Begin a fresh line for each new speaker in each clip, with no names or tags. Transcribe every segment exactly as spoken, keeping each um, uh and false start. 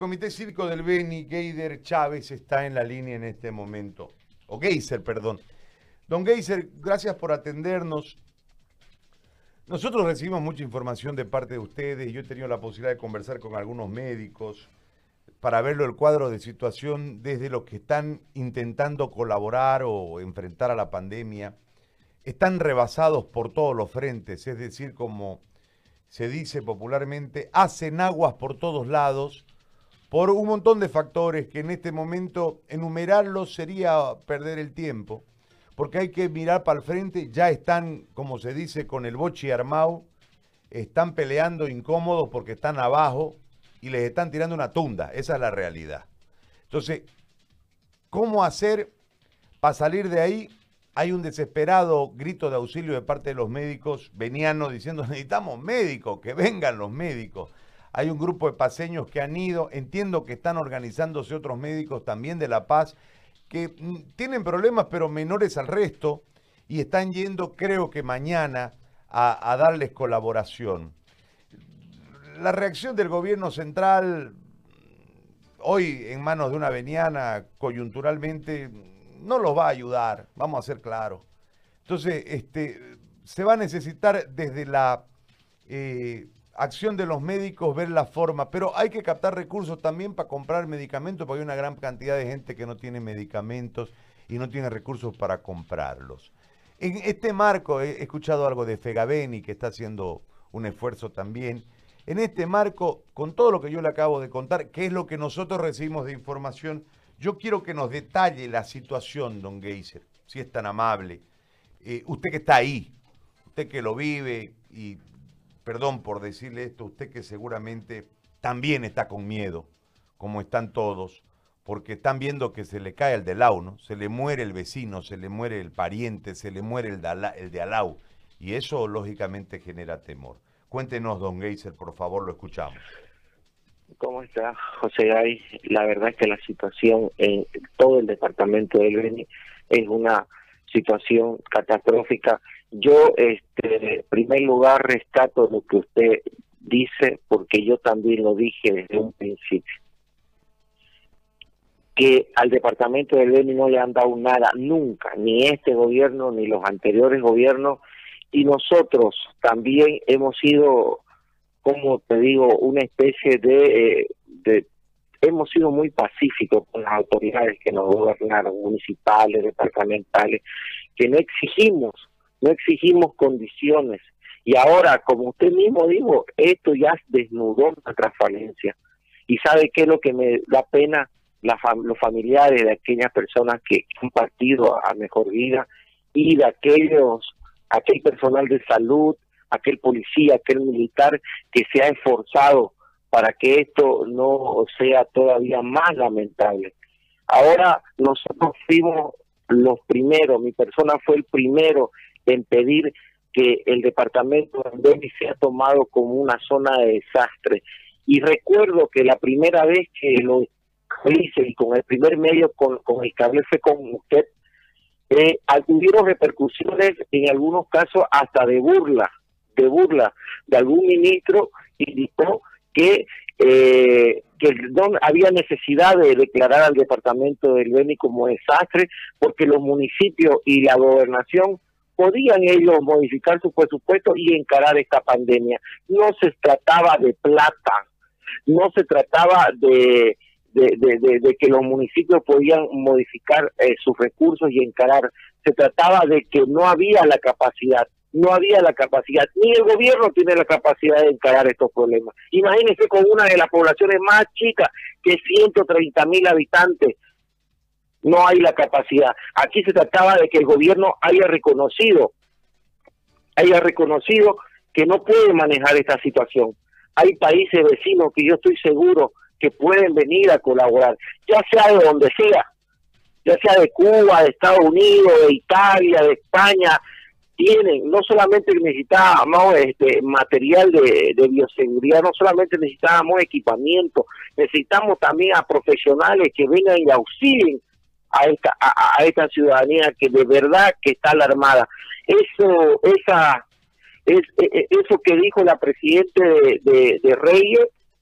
Comité Cívico del Beni, Geider Chávez está en la línea en este momento. O Geiser, perdón. Don Geiser, gracias por atendernos. Nosotros recibimos mucha información de parte de ustedes. Yo he tenido la posibilidad de conversar con algunos médicos para verlo el cuadro de situación desde los que están intentando colaborar o enfrentar a la pandemia. Están rebasados por todos los frentes, es decir, como se dice popularmente, hacen aguas por todos lados, por un montón de factores que en este momento enumerarlos sería perder el tiempo, porque hay que mirar para el frente. Ya están, como se dice, con el bochi armado, están peleando incómodos porque están abajo y les están tirando una tunda. Esa es la realidad. Entonces, ¿cómo hacer para salir de ahí? Hay un desesperado grito de auxilio de parte de los médicos venianos diciendo: necesitamos médicos, que vengan los médicos. Hay un grupo de paseños que han ido, entiendo que están organizándose otros médicos también de La Paz, que tienen problemas pero menores al resto, y están yendo, creo que mañana, a, a darles colaboración. La reacción del gobierno central, hoy en manos de una veniana, coyunturalmente, no los va a ayudar, vamos a ser claros. Entonces, este, se va a necesitar desde la eh, acción de los médicos ver la forma, pero hay que captar recursos también para comprar medicamentos, porque hay una gran cantidad de gente que no tiene medicamentos y no tiene recursos para comprarlos. En este marco, he escuchado algo de Fegabeni, que está haciendo un esfuerzo también. En este marco, con todo lo que yo le acabo de contar, que es lo que nosotros recibimos de información, yo quiero que nos detalle la situación, don Geiser, si es tan amable. Eh, usted que está ahí, usted que lo vive, y perdón por decirle esto, usted que seguramente también está con miedo, como están todos, porque están viendo que se le cae el de Alau, ¿no? Se le muere el vecino, se le muere el pariente, se le muere el de, Ala, el de Alau, y eso lógicamente genera temor. Cuéntenos, don Geiser, por favor, lo escuchamos.
¿Cómo está, José Gay? La verdad es que la situación en todo el departamento del Beni es una situación catastrófica. Yo, este, en primer lugar, rescato lo que usted dice, porque yo también lo dije desde un principio, que al departamento del Beni no le han dado nada nunca, ni este gobierno, ni los anteriores gobiernos, y nosotros también hemos sido, como te digo, una especie de, eh, de hemos sido muy pacíficos con las autoridades que nos gobernaron, municipales, departamentales, que no exigimos, no exigimos condiciones. Y ahora, como usted mismo dijo, esto ya desnudó nuestra falencia. Y ¿sabe qué es lo que me da pena? La fam los familiares de aquellas personas que han partido a mejor vida y de aquellos, aquel personal de salud, aquel policía, aquel militar que se ha esforzado para que esto no sea todavía más lamentable. Ahora nosotros fuimos los primeros, mi persona fue el primero en pedir que el departamento de Beni sea tomado como una zona de desastre. Y recuerdo que la primera vez que lo hice y con el primer medio con, con el que hablé fue con usted, eh, hubieron repercusiones en algunos casos hasta de burla, de burla de algún ministro. Indicó que eh, que no había necesidad de declarar al departamento del Beni como desastre, porque los municipios y la gobernación podían ellos modificar su presupuesto y encarar esta pandemia. No se trataba de plata, no se trataba de de, de, de, de que los municipios podían modificar eh, sus recursos y encarar, se trataba de que no había la capacidad. No había la capacidad, ni el gobierno tiene la capacidad de encarar estos problemas. Imagínense con una de las poblaciones más chicas, que ciento treinta mil habitantes, no hay la capacidad. Aquí se trataba de que el gobierno haya reconocido, haya reconocido que no puede manejar esta situación. Hay países vecinos que yo estoy seguro que pueden venir a colaborar, ya sea de donde sea, ya sea de Cuba, de Estados Unidos, de Italia, de España. Tienen, no solamente necesitábamos este material de, de bioseguridad, no solamente necesitábamos equipamiento, necesitamos también a profesionales que vengan y auxilien a esta a, a esta ciudadanía que de verdad que está alarmada. Eso esa es, es eso que dijo la presidenta de, de, de Reyes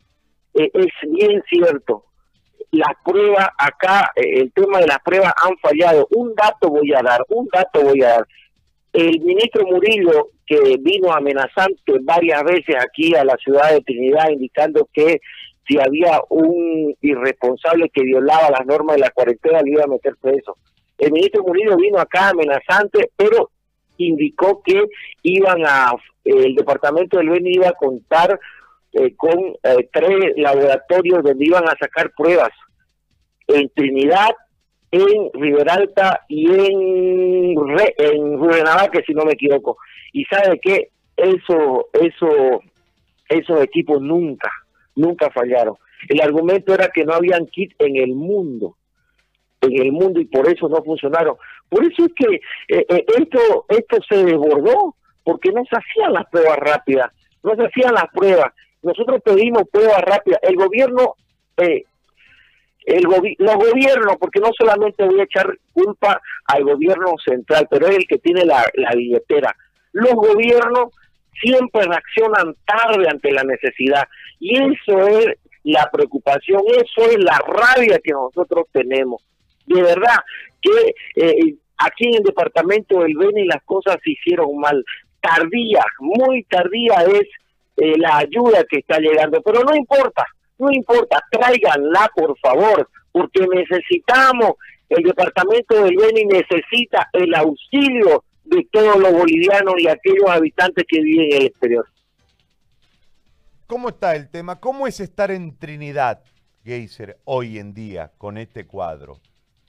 eh, es bien cierto. Las pruebas acá, eh, el tema de las pruebas han fallado. Un dato voy a dar, un dato voy a dar. El ministro Murillo, que vino amenazante varias veces aquí a la ciudad de Trinidad, indicando que si había un irresponsable que violaba las normas de la cuarentena, le iba a meter preso. El ministro Murillo vino acá amenazante, pero indicó que iban a, el departamento del Beni iba a contar eh, con eh, tres laboratorios donde iban a sacar pruebas en Trinidad, en Riberalta y en Re, en Rurrenabaque, si no me equivoco. Y sabe que eso, eso, esos equipos nunca, nunca fallaron. El argumento era que no habían kit en el mundo, en el mundo, y por eso no funcionaron. Por eso es que eh, eh, esto, esto se desbordó, porque no se hacían las pruebas rápidas, no se hacían las pruebas. Nosotros pedimos pruebas rápidas. El gobierno, eh, el gobi los gobiernos, porque no solamente voy a echar culpa al gobierno central, pero es el que tiene la, la billetera. Los gobiernos siempre reaccionan tarde ante la necesidad, y eso es la preocupación, eso es la rabia que nosotros tenemos. De verdad que eh, aquí en el departamento del Beni las cosas se hicieron mal, tardía, muy tardía es eh, la ayuda que está llegando, pero no importa, no importa, tráiganla por favor, porque necesitamos, el departamento del Beni necesita el auxilio de todos los bolivianos y aquellos habitantes que viven en el exterior.
¿Cómo está el tema? ¿Cómo es estar en Trinidad, Geyser, hoy en día con este cuadro?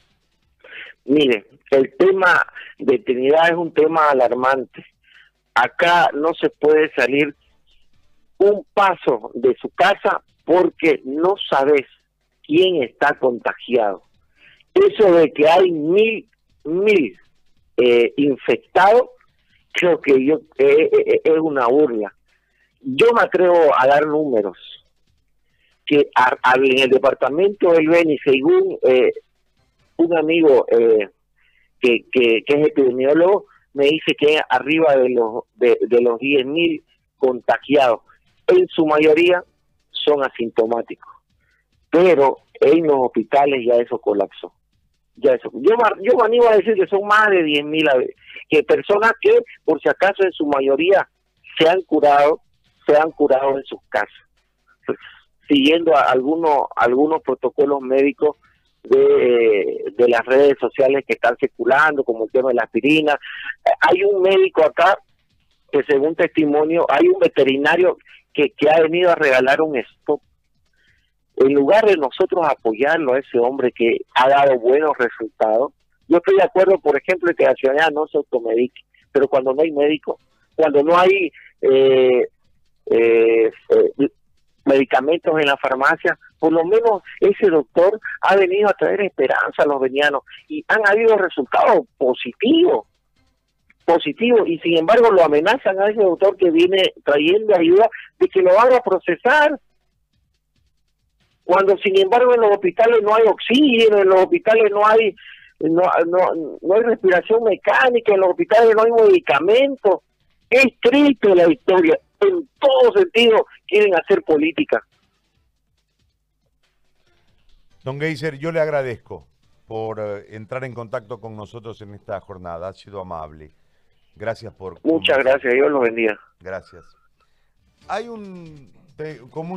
Mire, el tema de Trinidad es un tema alarmante. Acá no se puede salir un paso de su casa porque no sabes quién está contagiado. Eso de que hay mil, mil eh, infectados, creo que yo eh, eh, es una burla. Yo me atrevo a dar números que a, a, en el departamento del Beni, según eh, un amigo eh, que, que, que es epidemiólogo, me dice que arriba de los de, de los diez mil contagiados, en su mayoría son asintomáticos, pero en los hospitales ya eso colapsó. Ya eso, yo, yo me animo a decir que son más de diez mil que personas que por si acaso en su mayoría se han curado, se han curado en sus casas, siguiendo a algunos, algunos protocolos médicos de, de las redes sociales que están circulando, como el tema de la aspirina. Hay un médico acá que, según testimonio, hay un veterinario que, que ha venido a regalar un stock. En lugar de nosotros apoyarlo a ese hombre que ha dado buenos resultados, yo estoy de acuerdo, por ejemplo, que la ciudadanía no se automedique, pero cuando no hay médico, cuando no hay eh, eh, eh, medicamentos en la farmacia, por lo menos ese doctor ha venido a traer esperanza a los venianos y han habido resultados positivos, positivos, y sin embargo lo amenazan a ese doctor que viene trayendo ayuda de que lo van a procesar, cuando sin embargo en los hospitales no hay oxígeno, en los hospitales no hay no, no, no hay respiración mecánica, en los hospitales no hay medicamentos. Es triste la historia, en todo sentido quieren hacer política.
Don Geyser, yo le agradezco por uh, entrar en contacto con nosotros en esta jornada, ha sido amable. Gracias por...
Muchas gracias, Dios los bendiga.
Gracias. Hay un... Te, como un